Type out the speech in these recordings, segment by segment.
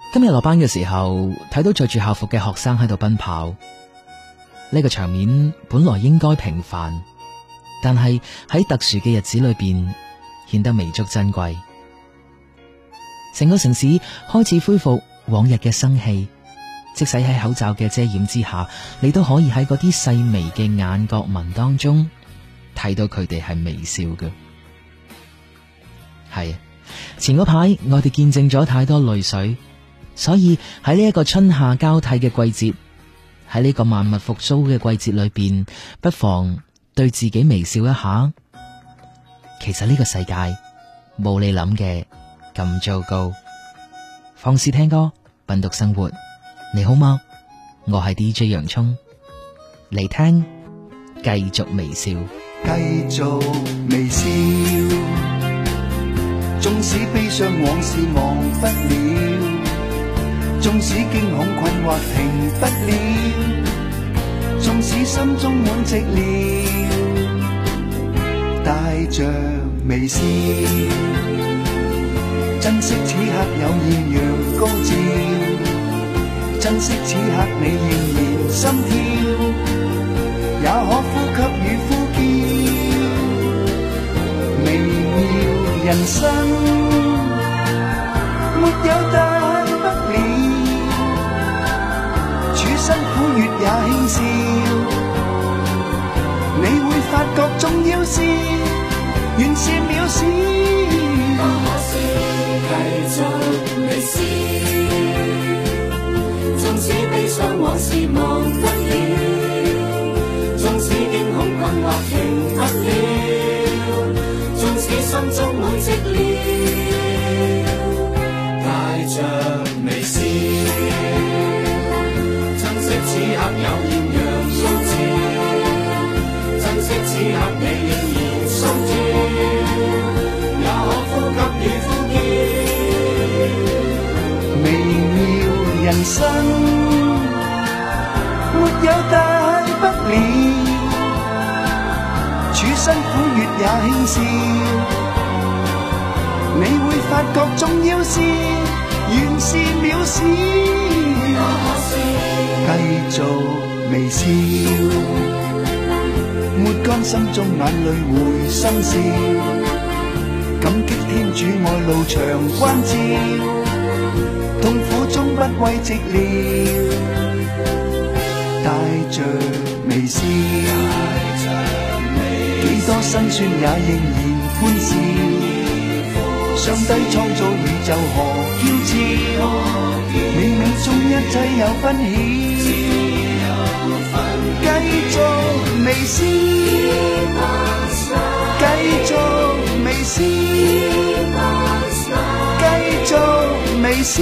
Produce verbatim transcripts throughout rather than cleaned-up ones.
今日落班嘅時候，睇到着住校服嘅學生喺度奔跑，呢個場面本來應該平凡，但係喺特殊嘅日子裏邊顯得彌足珍貴。成個城市開始恢復往日嘅生氣，即使喺口罩嘅遮掩之下，你都可以喺嗰啲細微嘅眼角紋當中睇到佢哋係微笑嘅。係啊，前嗰排我哋見證咗太多淚水，所以喺呢一個春夏交替嘅季節，喺呢個萬物復甦嘅季節裏邊，不妨對自己微笑一下。其實呢個世界冇你諗嘅咁糟糕。放肆聽歌，品讀生活。你好嗎？我係 D J 洋蔥，嚟聽繼續微笑， 繼續微笑。縱使悲傷往事忘不了，縱使驚恐困惑停不了，縱使心中滿寂寥，帶着微笑，珍惜此刻有豔陽高照，珍惜此刻你仍然心跳，也可呼吸與呼叫，微妙人生沒有大不了，處辛苦月也輕笑，你會發覺重要事原是渺小， 多可笑，繼續微笑，縱使悲傷往事忘不了，縱使驚恐困惑停不了，縱使心中滿寂寥，帶着微笑，珍惜此刻有豔陽高照，珍惜此刻你仍然心跳，也可呼吸與呼叫， 微妙人生沒有大不了，處辛苦月也輕笑，你會發覺重要事原是渺小， 多可笑， 繼續微笑，抹乾心中眼淚回心笑，感激天主愛路長關照，痛苦中不畏寂寥，帶着微笑，幾多辛酸也仍然歡笑，上帝創造宇宙何嬌俏，冥冥中一切有分曉，繼續微笑，繼續微笑，繼續微笑。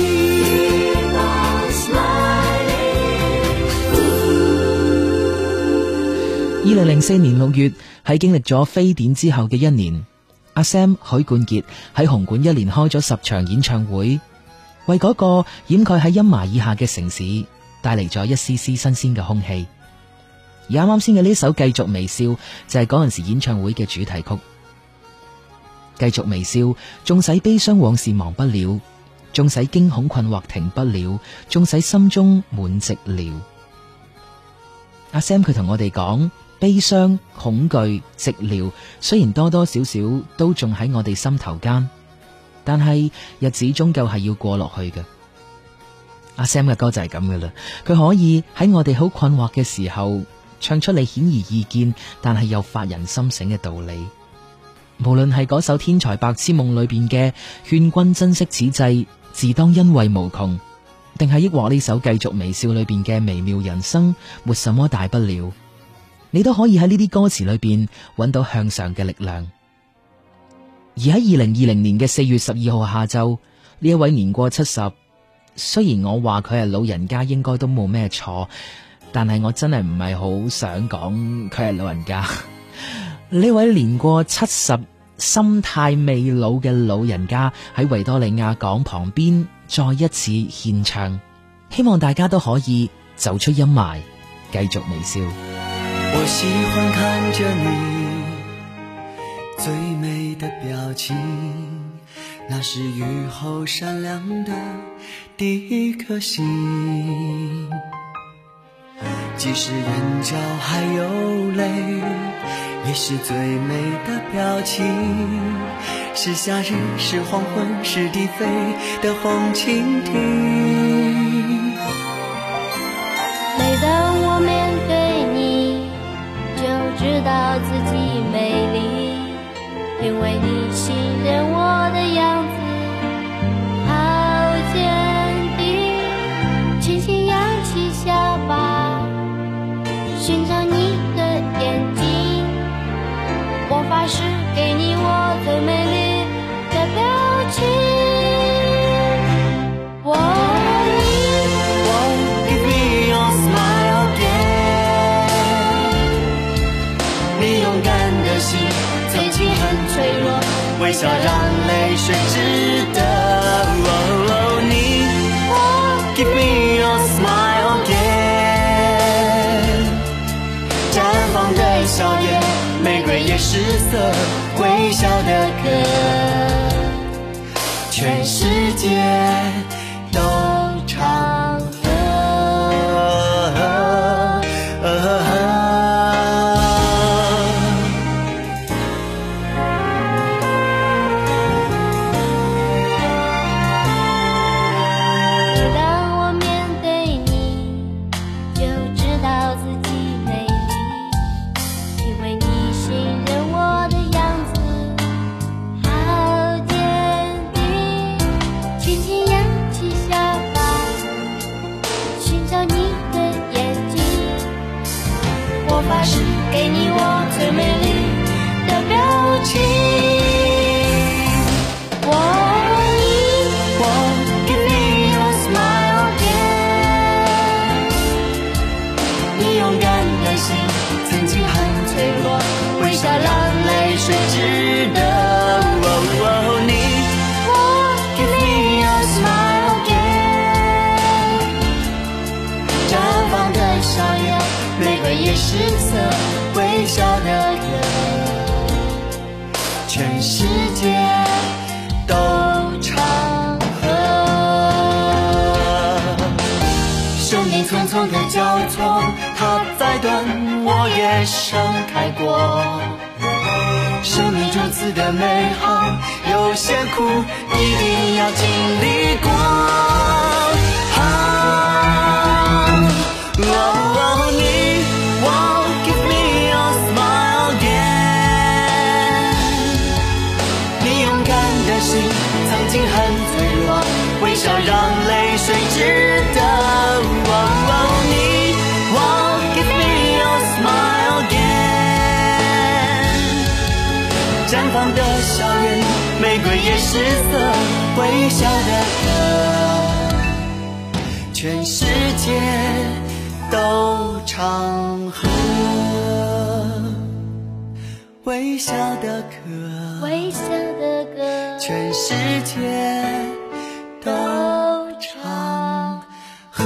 二零零四年六月，喺經歷咗非典之後嘅一年，阿 Sam 許冠傑喺紅館一連開咗十場演唱會，為嗰個掩蓋喺陰霾以下嘅城市帶嚟咗一絲絲新鮮嘅空氣。而啱啱先嘅呢首《繼續微笑》就係嗰陣時演唱會嘅主題曲。繼續微笑，縱使悲傷往事忘不了，縱使驚恐困惑停不了，縱使心中滿寂寥。阿 Sam 佢同我哋講，悲傷、恐懼、寂寥，雖然多多少少都仲喺我哋心頭間，但係日子終究係要過落去嘅。阿 Sam 嘅歌就係咁噶啦，佢可以喺我哋好困惑嘅時候，唱出你顯而易見，但係又發人心醒嘅道理。無論係嗰首《天才白痴夢》裏邊嘅勸君珍惜此際，自當欣慰無窮，定係抑或呢首《繼續微笑》裏邊嘅微妙人生，沒什麼大不了，你都可以喺呢啲歌詞裏邊揾到向上嘅力量。而喺二零二零年嘅四月十二號下晝，呢一位年過七十，雖然我話佢係老人家應該都冇咩錯，但係我真係唔係好想講佢係老人家。呢位年過七十、心態未老嘅老人家喺維多利亞港旁邊再一次獻唱，希望大家都可以走出陰霾，繼續微笑。 我喜歡看着你最美的表情， 那是雨後閃亮的第一顆星。即使眼角還有淚，也是最美的表情。是夏日，是黃昏，是低飛的紅蜻蜓。 每當我面對你，就知道自己美麗，因為你信任我的樣子好堅定。輕輕揚起下巴，尋找你的眼睛，我發誓給你我最美麗的表情。我愛你， Oh, give me your smile again。 你勇敢的心曾經很脆弱，微笑讓淚水值得。Oh, oh, 你 Give me your smile again。 綻放的笑顏，玫瑰也失色，微笑的歌，全世界都唱和。 每當我面對你，就知道自己美麗，因為你信任我的樣子好堅定。輕輕揚起下巴，尋找你的眼睛，我發誓給你我最美麗的表情。我愛你， 我 Give me your smile again。 你勇敢的心曾經很脆弱，微笑讓淚水值得。哦哦，你我 Give me your smile again。 綻放的笑顏，玫瑰也失色，微笑的歌，全世界都唱和。生命匆匆的交錯，它再短我也盛開過。生命如此的美好，有些苦一定要經歷過。啊哦哦，你我 Give me your smile again。 你勇敢的心曾經很脆弱，微笑讓淚水值得。哦哦，你我 Give me your smile again。 綻放的笑顏，玫瑰也失色，微笑的歌，全世界都唱和。微笑的歌， 微笑的歌， 全世界都唱和。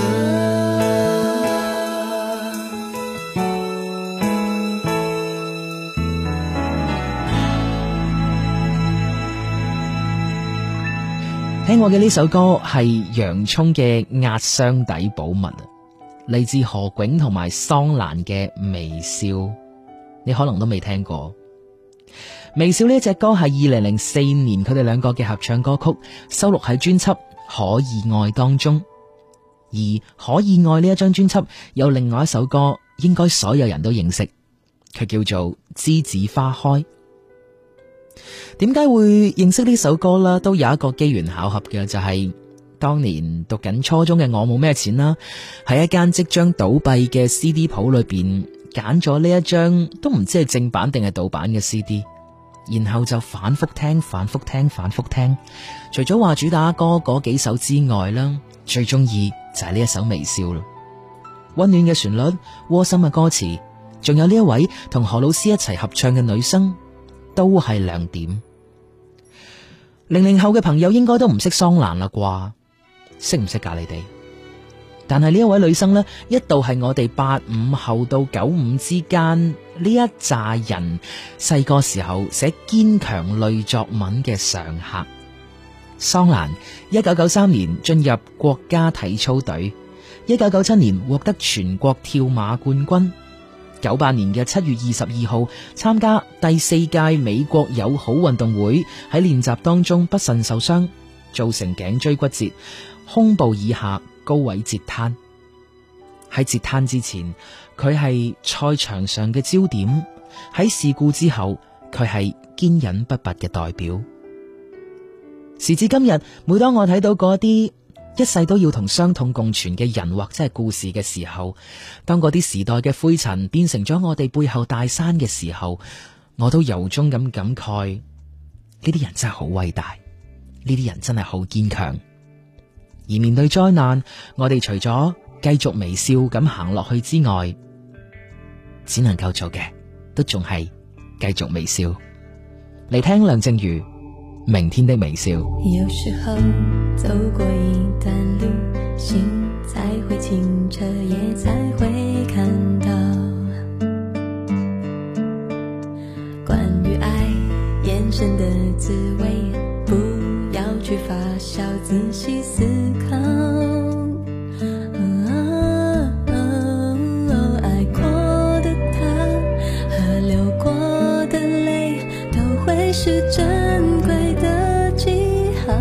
聽過嘅呢首歌係洋蔥嘅壓箱底寶物，嚟自何炅同埋桑蘭嘅微笑，你可能都未聽過。微笑呢隻歌係二零零四年佢哋兩個嘅合唱歌曲，收錄喺專輯《可以愛》當中。而《可以愛》呢一張專輯有另外一首歌，應該所有人都認識，佢叫做《梔子花開》。點解會認識呢首歌啦？都有一個機緣巧合嘅，就係、是、當年讀緊初中嘅我冇咩錢啦，喺一間即將倒閉嘅 C D 鋪裏邊揀咗呢一張都唔知係正版定係盜版嘅 C D， 然後就反覆聽反覆聽反覆聽，除咗話主打歌嗰幾首之外啦，最中意就係呢一首微笑啦。溫暖嘅旋律，窩心嘅歌詞，仲有呢一位同何老師一齊合唱嘅女生，都係亮點。零零後嘅朋友應該都唔識桑蘭啦啩？識唔識㗎你哋？但係呢一位女生呢，一度係我哋八五後到九五之間呢一紮人細個時候寫堅強類作文嘅常客。 桑蘭一九九三年進入國家體操隊，一九九七年獲得全國跳馬冠軍。九八年嘅七月二十二號參加第四屆美國友好運動會，喺練習當中不慎受傷，造成頸椎骨折，胸部以下高位截癱。喺截癱之前，佢係賽場上嘅焦點；喺事故之後，佢係堅忍不拔嘅代表。時至今日，每當我睇到嗰啲一世都要同傷痛共存嘅人或者係故事嘅時候，當嗰啲時代嘅灰塵變成咗我哋背後大山嘅時候，我都由衷咁感慨，呢啲人真係好偉大，呢啲人真係好堅強。而面對災難，我哋除咗繼續微笑咁行落去之外，只能夠做嘅都仲係繼續微笑。嚟聽梁靜茹《明天的微笑》。 有時候走過一段路，心才會清澈，也才會看到關於愛眼神的滋味，不要去發酵，仔細思考。愛過的他和流過的淚，都會是珍貴的記號。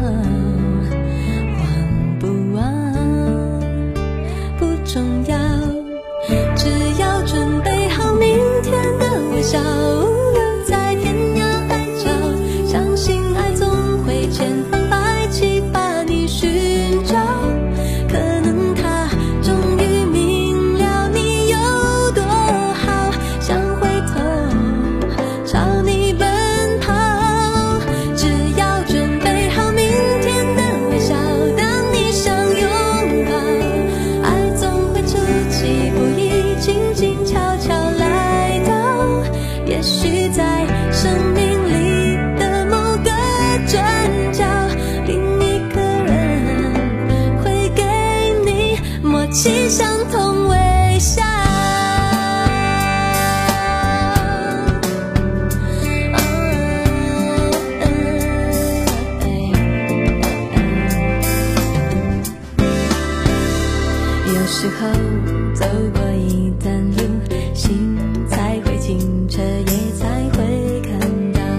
忘不忘不重要，只要準備好明天的微笑。無論在天涯海角，相信愛總會千方百計把你尋找。可能他終於明了你有多好，想回頭朝你奔跑。只要準備好明天的微笑，當你想擁抱，愛總會出其不意，靜靜悄悄來到。也許在生命裏的某個轉角，另一個人會給你默契相同微笑。有時候走過一段路，心才會清澈，也才會看到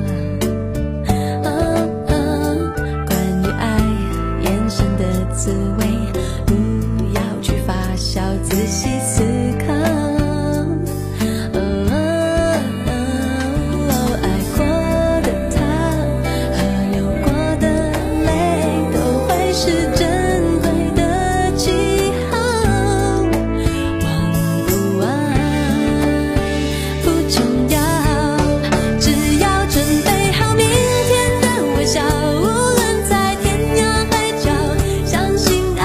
關於愛眼神的滋味，不要去發酵，仔細思考。愛過的他和流過的淚，都會是珍貴的記號。忘不忘不重要，只要準備好明天的微笑。無論在天涯海角，相信愛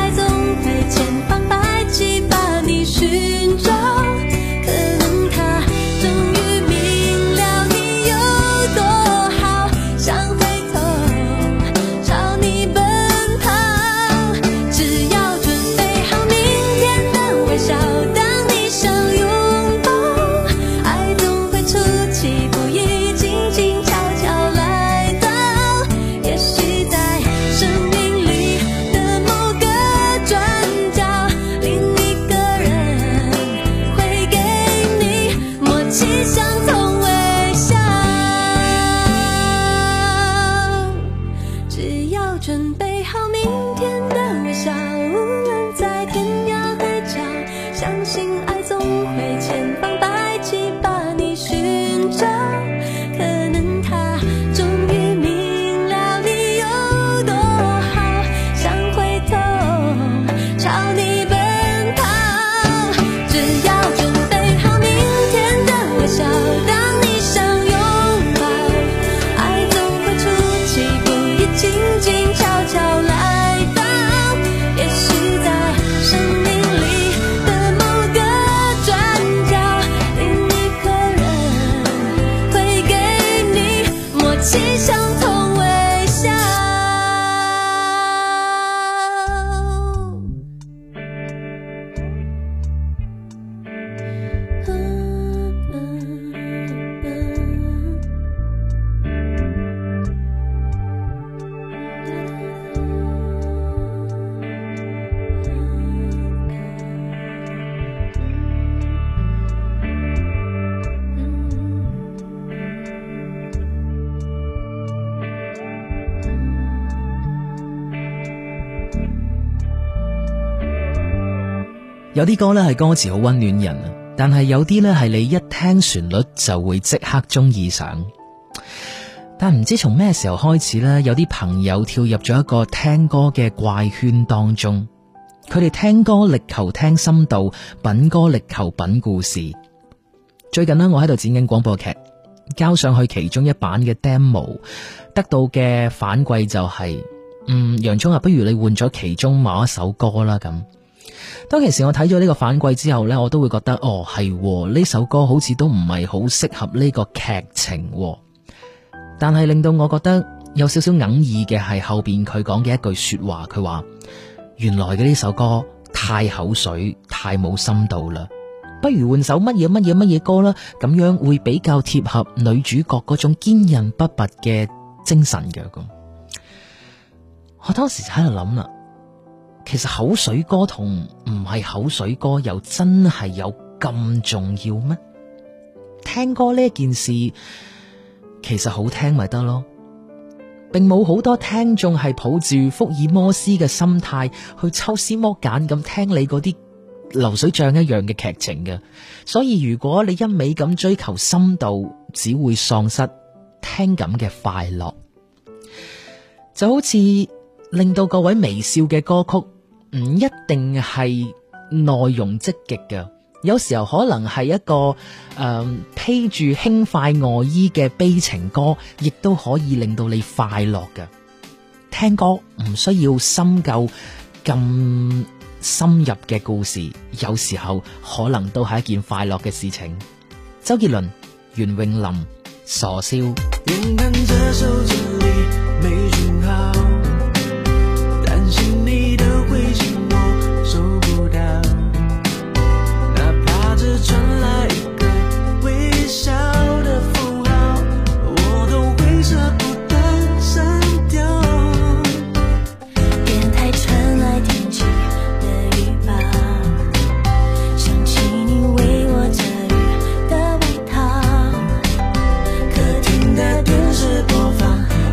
有啲歌呢係歌詞好溫暖人，但係有啲呢係你一聽旋律就會即刻中意上。但唔知從咩時候開始呢，有啲朋友跳入咗一個聽歌嘅怪圈當中，佢哋聽歌力求聽深度，品歌力求品故事。最近呢，我喺度剪緊廣播劇，交上去其中一版嘅 demo， 得到嘅反饋就係、是，嗯，楊聰啊，不如你換咗其中某一首歌啦咁。當其時我睇咗呢個反饋之後呢，我都會覺得，哦係，呢首歌好似都唔係好適合呢個劇情。但係令到我覺得有少少哽耳嘅係後邊佢講嘅一句說話，佢話原來嘅呢首歌太口水，太冇深度啦，不如換首乜嘢乜嘢乜嘢歌啦，咁樣會比較貼合女主角嗰種堅韌不拔嘅精神嘅。咁我當時就喺度諗啦，其實口水歌同唔係口水歌又真係有咁重要咩？聽歌呢件事其實好聽咪得咯，並冇好多聽眾係抱住福爾摩斯嘅心態去抽絲剝繭咁聽你嗰啲流水賬一樣嘅劇情嘅。所以如果你一味咁追求深度，只會喪失聽感嘅快樂。就好似令到各位微笑嘅歌曲唔一定係內容積極嘅，有時候可能係一個誒、呃、披住輕快外衣嘅悲情歌，亦都可以令到你快樂嘅。聽歌唔需要深究咁深入嘅故事，有時候可能都係一件快樂嘅事情。周杰倫、袁詠琳，傻笑。 眼看着手機裡沒訊號，擔心你的回信我收不到，哪怕只傳來一個微笑的符號，我都會捨不得刪掉。 電台傳來天氣的預報，想起你為我遮雨的外套， 客廳的電視播放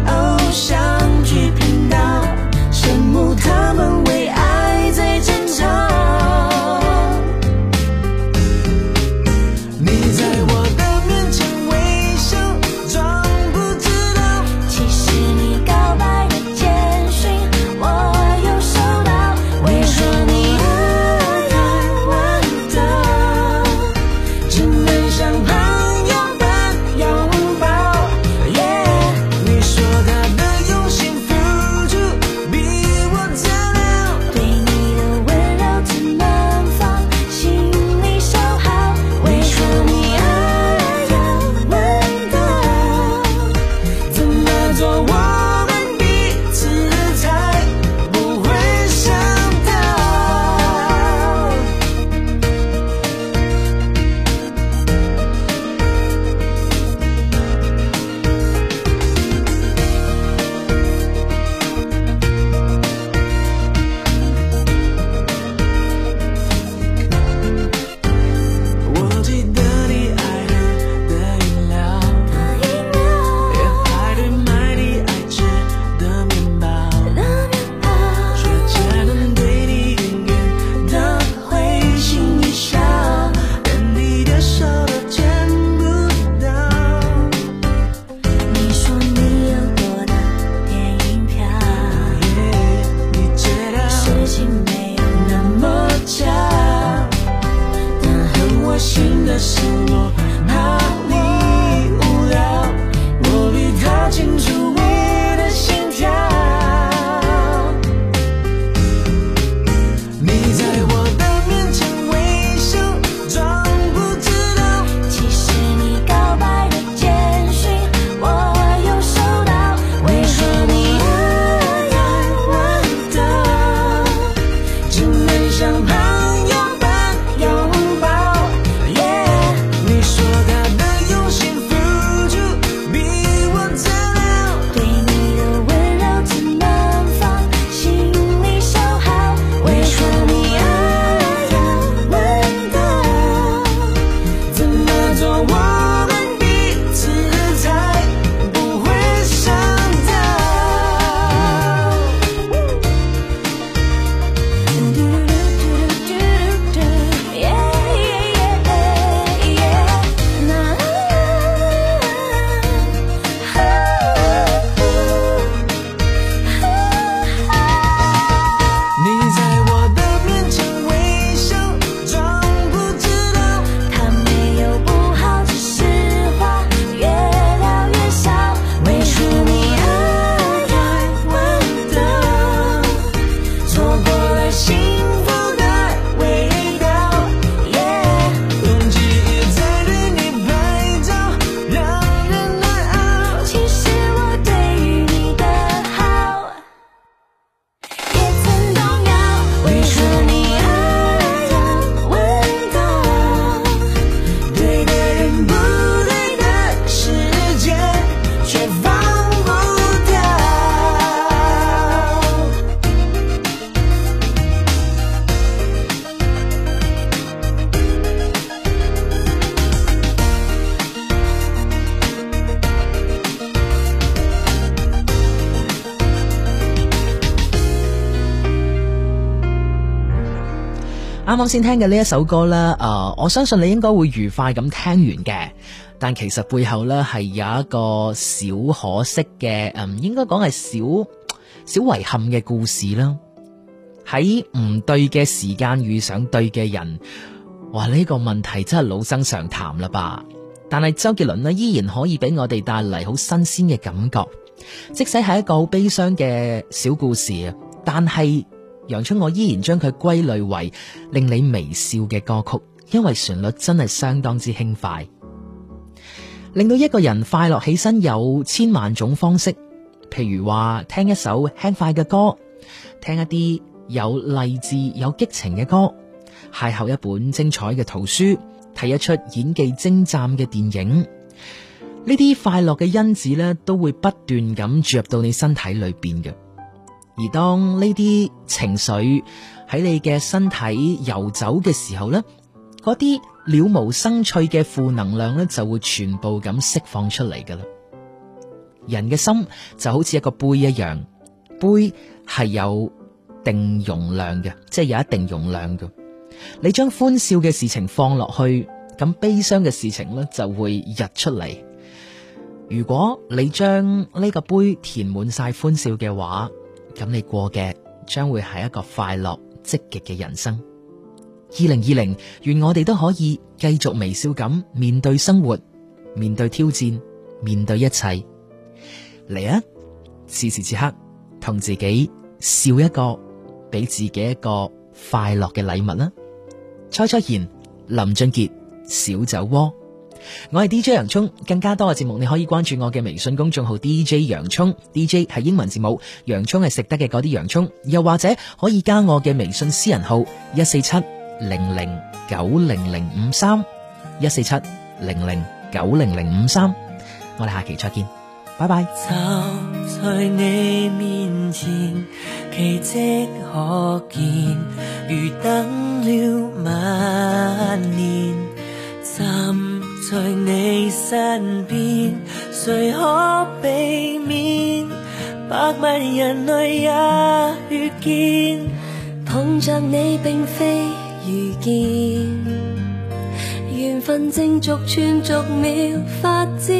啱啱先聽嘅呢一首歌啦，誒、呃，我相信你應該會愉快咁聽完嘅，但其實背後呢係有一個小可惜嘅，嗯，應該講係小小遺憾嘅故事啦。喺唔對嘅時間遇上對嘅人，哇！呢、這個問題真係老生常談啦吧。但係周杰倫呢，依然可以俾我哋帶嚟好新鮮嘅感覺，即使係一個好悲傷嘅小故事啊，但係楊春我依然將佢歸類為令你微笑嘅歌曲，因為旋律真係相當之輕快，令到一個人快樂起身有千萬種方式。譬如話聽一首輕快嘅歌，聽一啲有勵志有激情嘅歌，邂逅一本精彩嘅圖書，睇一出演技精湛嘅電影，呢啲快樂嘅因子呢，都會不斷咁注入到你身體裏邊嘅。而當呢啲情緒喺你嘅身體游走嘅時候呢，嗰啲了無生趣嘅負能量呢，就會全部咁釋放出嚟噶啦。人嘅心就好似一個杯一樣，杯係有定容量嘅，即係有一定容量嘅。你將歡笑嘅事情放落去，咁悲傷嘅事情呢就會溢出嚟。如果你將呢個杯填滿晒歡笑嘅話，咁你過嘅將會係一個快樂積極嘅人生。二零二零，願我哋都可以繼續微笑咁面對生活，面對挑戰，面對一切。嚟啊！此時此刻同自己笑一個，俾自己一個快樂嘅禮物啦。蔡卓妍、林俊傑、小酒窩。我係 D J 洋蔥，更加多嘅節目你可以關注我嘅微信公眾號 D J 洋蔥。D J 係英文字母，洋蔥係食得嘅嗰啲洋蔥。又或者可以加我嘅微信私人號一四七零零九零零五三一四七零零九零零五三。我哋下期再見，拜拜。 走在你面前，奇蹟可見，如等了萬年，站在你身邊，誰可避免？百萬人類也遇見， 碰着你並非遇見，緣分正逐寸逐秒發展，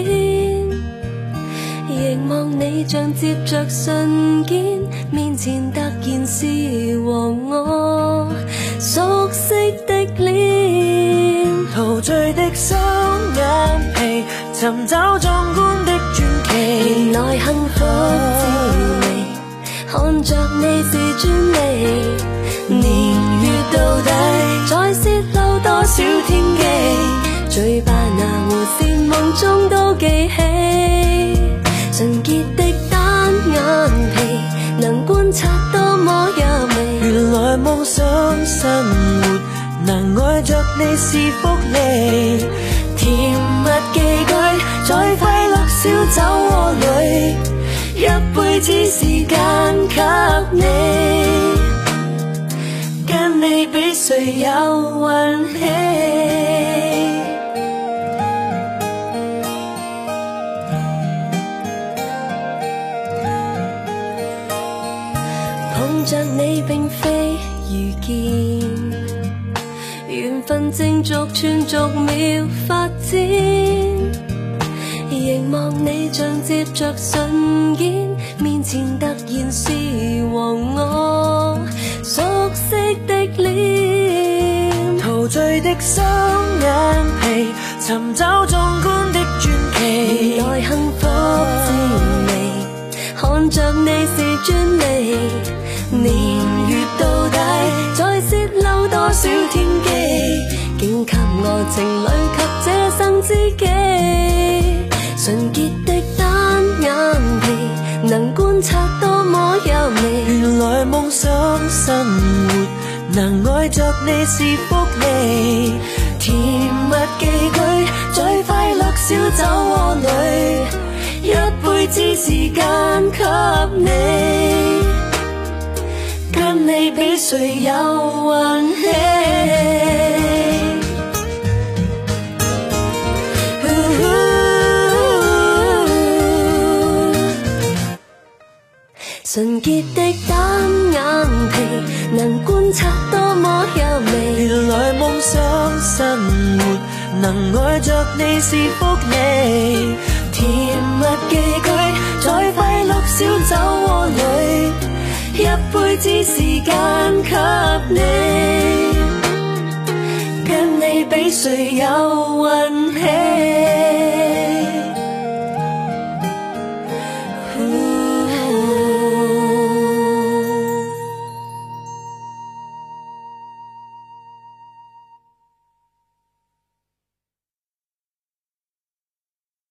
凝望你像接着瞬間，面前突然是和我熟悉的臉， 陶醉的雙眼皮，尋找壯觀的傳奇， 原來幸福滋味，看着你是專利， 年月到底再泄露多少天機，最怕那弧線夢中都記起，純潔的單眼皮能觀察多麼優美， 原來夢想生活能愛着你是福利，甜蜜寄居在快樂小酒窩裏，一輩子時間給你，跟你比誰有運氣。 碰着你並非遇見，緣分正逐寸逐秒發展，凝望你像接着瞬間，面前突然是和我熟悉的臉， 陶醉的雙眼皮，尋找壯觀的傳奇， 原來幸福滋味，看着你是專利，年月到底再泄露多少天機，竟給我情侶及這生知己，純潔的單眼皮能觀察多麼優美， 原來夢想生活能愛着你是福利，甜蜜寄居在快樂小酒窩裏，一輩子時間給你，跟你比誰有運氣。 純潔的單眼皮能觀察多麼優美， 生活，能愛着你是福氣，甜蜜寄居在快樂小酒窩裏，一輩子時間給你，跟你比誰有運